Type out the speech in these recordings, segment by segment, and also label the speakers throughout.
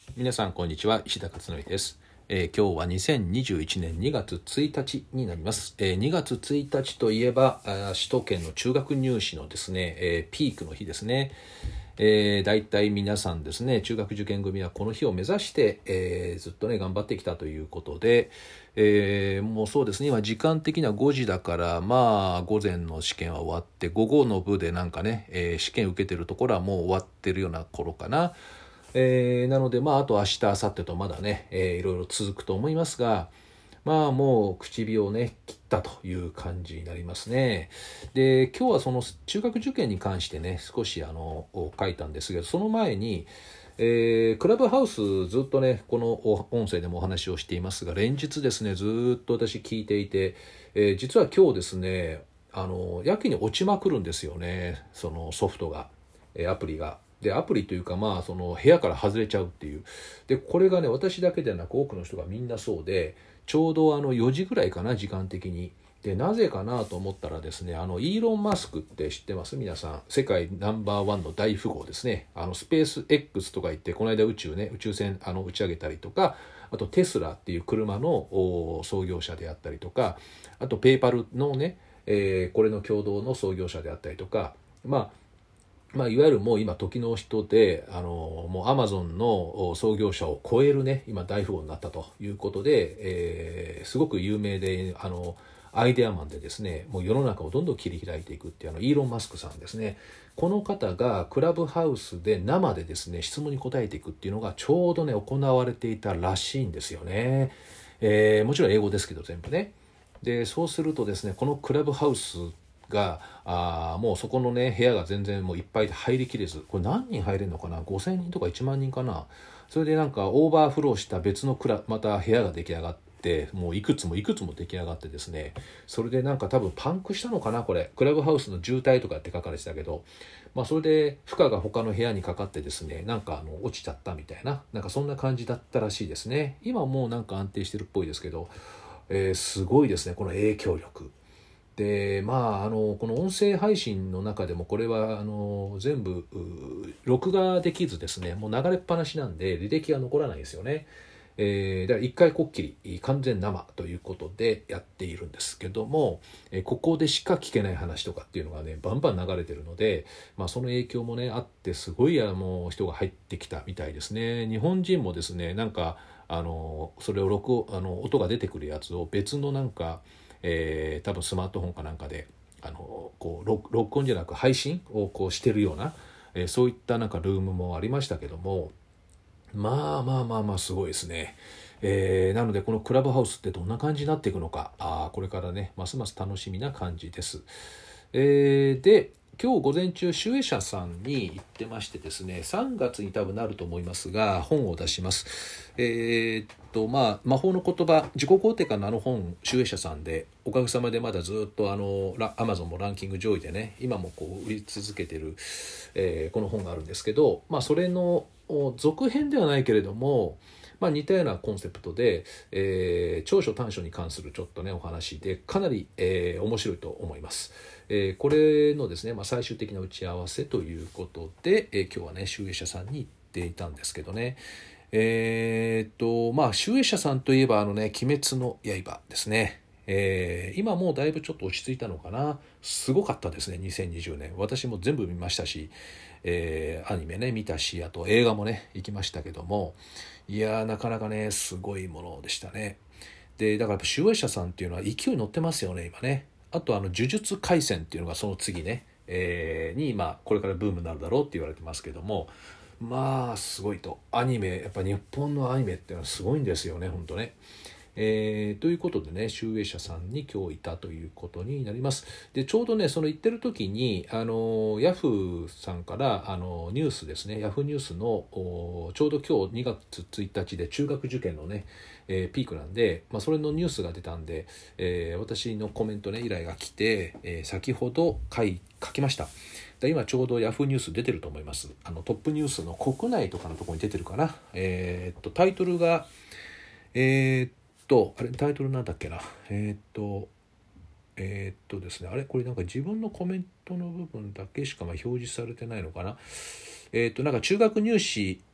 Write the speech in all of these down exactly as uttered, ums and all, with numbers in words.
Speaker 1: 皆さんこんにちは、石田勝則です。えー、今日はにせんにじゅういちねんにがつついたちになります。えー、にがつついたちといえば首都圏の中学入試のですね、えー、ピークの日ですね。えー、大体皆さんですね、中学受験組はこの日を目指して、えー、ずっとね頑張ってきたということで、えー、もうそうですね、今時間的にはごじだから、まあ午前の試験は終わって、午後の部でなんかね、えー、試験受けてるところはもう終わってるような頃かな。えー、なので、まあ、あと明日、明後日とまだね、えー、いろいろ続くと思いますが、まあ、もう口火をね、切ったという感じになりますね。で、今日はその中学受験に関してね、少しあの、書いたんですけど、その前に、えー、クラブハウスずっとね、この音声でもお話をしていますが、連日ですね、ずっと私聞いていて、えー、実は今日ですね、あの、やけに落ちまくるんですよね、そのソフトが、アプリが。でアプリというか、まあその部屋から外れちゃうっていう。でこれがね、私だけでなく多くの人がみんなそうで、ちょうどあのよじぐらいかな、時間的に。でなぜかなと思ったらですね、あのイーロン・マスクって知ってます？皆さん、世界ナンバーワンの大富豪ですね。あのスペース X とか言って、この間宇宙ね、宇宙船あの打ち上げたりとか、あとテスラっていう車の創業者であったりとか、あとペイパルのね、えー、これの共同の創業者であったりとか、まあまあ、いわゆるもう今時の人で、あのもうアマゾンの創業者を超えるね、今大富豪になったということで、えー、すごく有名で、あのアイデアマンでですね、もう世の中をどんどん切り開いていくっていう、あのイーロン・マスクさんですね。この方がクラブハウスで生でですね、質問に答えていくっていうのがちょうどね、行われていたらしいんですよね。えー、もちろん英語ですけど全部ね。でそうするとですね、このクラブハウスがあもうそこのね部屋が全然もういっぱいで入りきれず、これ何人入れるのかな、ごせんにんとかいちまんにんかな。それでなんかオーバーフローした別のクラまた部屋が出来上がって、もういくつもいくつも出来上がってですね、それでなんか多分パンクしたのかな、これクラブハウスの渋滞とかって書かれてたけど、まあそれで負荷が他の部屋にかかってですね、なんかあの落ちちゃったみたいな、なんかそんな感じだったらしいですね。今もうなんか安定してるっぽいですけど、えー、すごいですね、この影響力。でまあ、あのこの音声配信の中でもこれはあの全部録画できずですね、もう流れっぱなしなんで履歴が残らないですよね。えー、だから一回こっきり完全生ということでやっているんですけども、えーここでしか聞けない話とかっていうのがねバンバン流れてるので、まあ、その影響もねあって、すごいあの人が入ってきたみたいですね。日本人もですね、なんかあのそれを録あの音が出てくるやつを別のなんか、えー多分スマートフォンかなんかであのこう録録音じゃなく配信をこうしてるような、えーそういったなんかルームもありましたけども、まあまあまあまあすごいですね。えーなのでこのクラブハウスってどんな感じになっていくのか、あこれからねますます楽しみな感じです。えーで今日午前中集英社さんに行ってましてですね、さんがつに多分なると思いますが本を出します。えーっとまあ魔法の言葉自己肯定感のあの本、集英社さんでおかげさまでまだずっとあのアマゾンもランキング上位でね、今もこう売り続けてる、えーこの本があるんですけど、まあそれの続編ではないけれども、まあ、似たようなコンセプトで、えー長所短所に関するちょっとねお話で、かなり、えー面白いと思います。えーこれのですね、まあ、最終的な打ち合わせということで、えー今日はね集英社さんに行っていたんですけどね。えーっとまあ集英社さんといえばあのね「鬼滅の刃」ですね。えー今もうだいぶちょっと落ち着いたのかな。すごかったですね、にせんにじゅうねん。私も全部見ましたし、えーアニメね見たし、あと映画もね行きましたけども、いやーなかなかねすごいものでしたね。でだからやっぱ集英社さんっていうのは勢い乗ってますよね今ね。あとあの呪術廻戦っていうのがその次ね、えーに今これからブームになるだろうって言われてますけども、まあすごいと。アニメやっぱ日本のアニメっていうのはすごいんですよね、本当ね。えーということでね、集英社さんに今日いたということになります。でちょうどねその行ってる時にあのヤフーさんからあのニュースですね、ヤフーニュースのおちょうど今日にがつついたちで中学受験のね、えーピークなんで、まあ、それのニュースが出たんで、えー私のコメントね依頼が来て、えー先ほど書い書きました。で今ちょうどヤフーニュース出てると思います。あのトップニュースの国内とかのところに出てるかな。えーっとタイトルがえーっとあれタイトルなんだっけな。えーっとえーっとですねあれこれなんか自分のコメントの部分だけしかまあ表示されてないのかな。えーっとなんか中学入試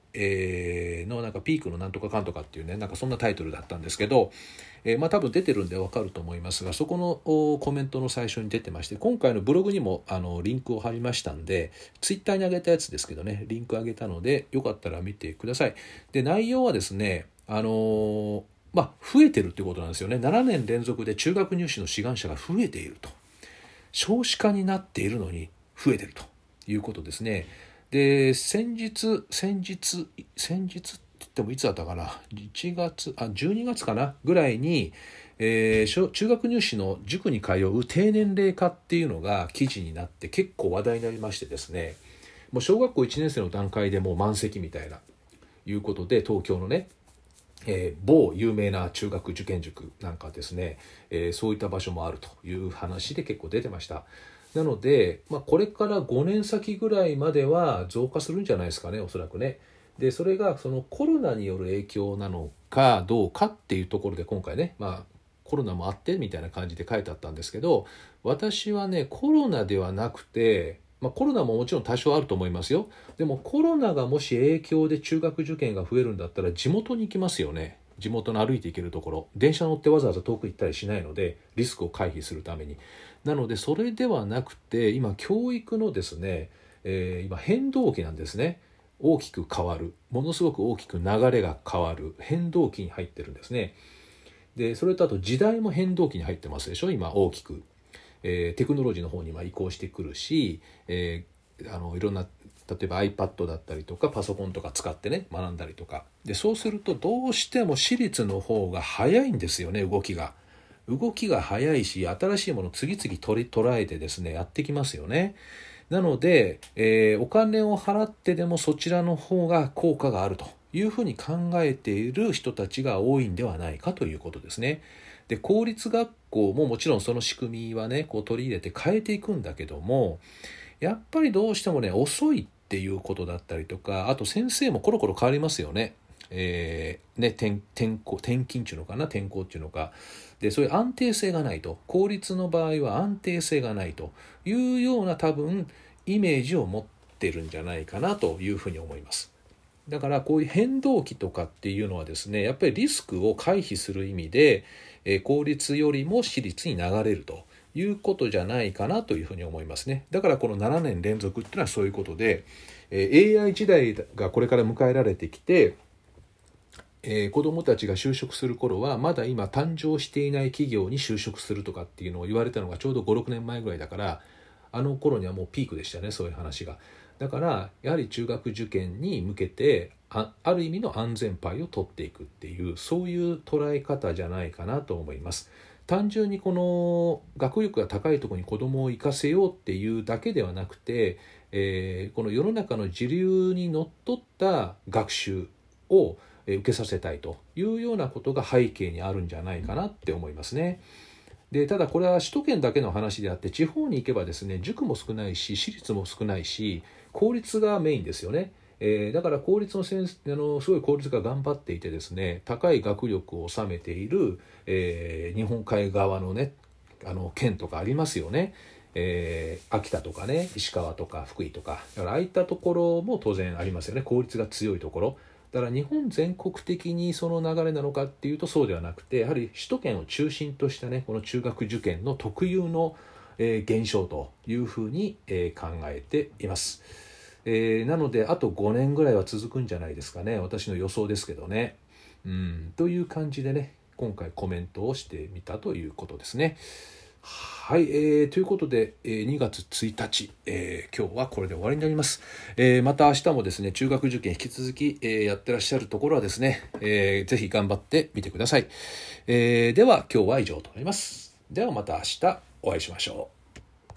Speaker 1: えーのなんかピークのなんとかかんとかっていうね、なんかそんなタイトルだったんですけど、えー、まあ多分出てるんでわかると思いますが、そこのコメントの最初に出てまして、今回のブログにもあのリンクを貼りましたんで、ツイッターに上げたやつですけどね、リンク上げたのでよかったら見てください。で、内容はですね、あのーまあ増えてるっていうことなんですよね。ななねん連続で中学入試の志願者が増えていると。少子化になっているのに増えてるということですね。で、先日先日先日って言ってもいつだったかな、いちがつあじゅうにがつかなぐらいに、えー、中学入試の塾に通う低年齢化っていうのが記事になって結構話題になりましてですね、もう小学校いちねん生の段階でもう満席みたいないうことで、東京のね、えー、某有名な中学受験塾なんかですね、えー、そういった場所もあるという話で結構出てました。なので、まあ、これからごねん先ぐらいまでは増加するんじゃないですかね、おそらくね。で、それがそのコロナによる影響なのかどうかっていうところで今回ね、まあコロナもあってみたいな感じで書いてあったんですけど、私はね、コロナではなくて、まあ、コロナももちろん多少あると思いますよ。でもコロナがもし影響で中学受験が増えるんだったら地元に行きますよね。地元の歩いて行けるところ、電車乗ってわざわざ遠く行ったりしないので、リスクを回避するために。なのでそれではなくて、今教育のですね、えー、今変動期なんですね。大きく変わる、ものすごく大きく流れが変わる変動期に入ってるんですね。で、それとあと時代も変動期に入ってますでしょ、今大きく。えー、テクノロジーの方に移行してくるし、えー、あのいろんな例えば iPad だったりとかパソコンとか使ってね学んだりとかで、そうするとどうしても私立の方が早いんですよね。動きが動きが早いし、新しいものを次々取り捉えてですねやってきますよね。なので、えー、お金を払ってでもそちらの方が効果があるというふうに考えている人たちが多いんではないかということですね。で、公立学校ももちろんその仕組みはねこう取り入れて変えていくんだけども、やっぱりどうしてもね遅いっていうことだったりとか、あと先生もコロコロ変わりますよね。えー、ね転転校転勤っていうのかな、転校っていうのかで、そういう安定性がないと、公立の場合は安定性がないというような多分イメージを持ってるんじゃないかなというふうに思います。だからこういう変動期とかっていうのはですね、やっぱりリスクを回避する意味で、えー、公立よりも私立に流れるということじゃないかなというふうに思いますね。だからこのななねん連続っていうのはそういうことで、えー、エーアイ 時代がこれから迎えられてきて、えー、子どもたちが就職する頃はまだ今誕生していない企業に就職するとかっていうのを言われたのがちょうどごろくねんまえぐらいだから、あの頃にはもうピークでしたね、そういう話が。だからやはり中学受験に向けて あ, ある意味の安全牌を取っていくっていう、そういう捉え方じゃないかなと思います。単純にこの学力が高いところに子どもを行かせようっていうだけではなくて、えー、この世の中の時流にのっとった学習を受けさせたいというようなことが背景にあるんじゃないかなって思いますね。で、ただこれは首都圏だけの話であって、地方に行けばですね塾も少ないし私立も少ないし公立がメインですよね。えー、だから公立の先生、あのすごい公立が頑張っていてですね、高い学力を収めている、えー、日本海側のねあの県とかありますよね。えー、秋田とかね石川とか福井とか、だからああいったところも当然ありますよね、公立が強いところ。だから日本全国的にその流れなのかっていうとそうではなくて、やはり首都圏を中心としたねこの中学受験の特有の、えー、現象というふうに、えー、考えています。えー、なのであとごねんぐらいは続くんじゃないですかね、私の予想ですけどね。うんという感じでね今回コメントをしてみたということですね。はい、えー、ということで、えー、にがつついたち、えー、今日はこれで終わりになります。えー、また明日もですね中学受験引き続き、えー、やってらっしゃるところはですね、えー、ぜひ頑張ってみてください。えー、では今日は以上となります。ではまた明日お会いしましょう。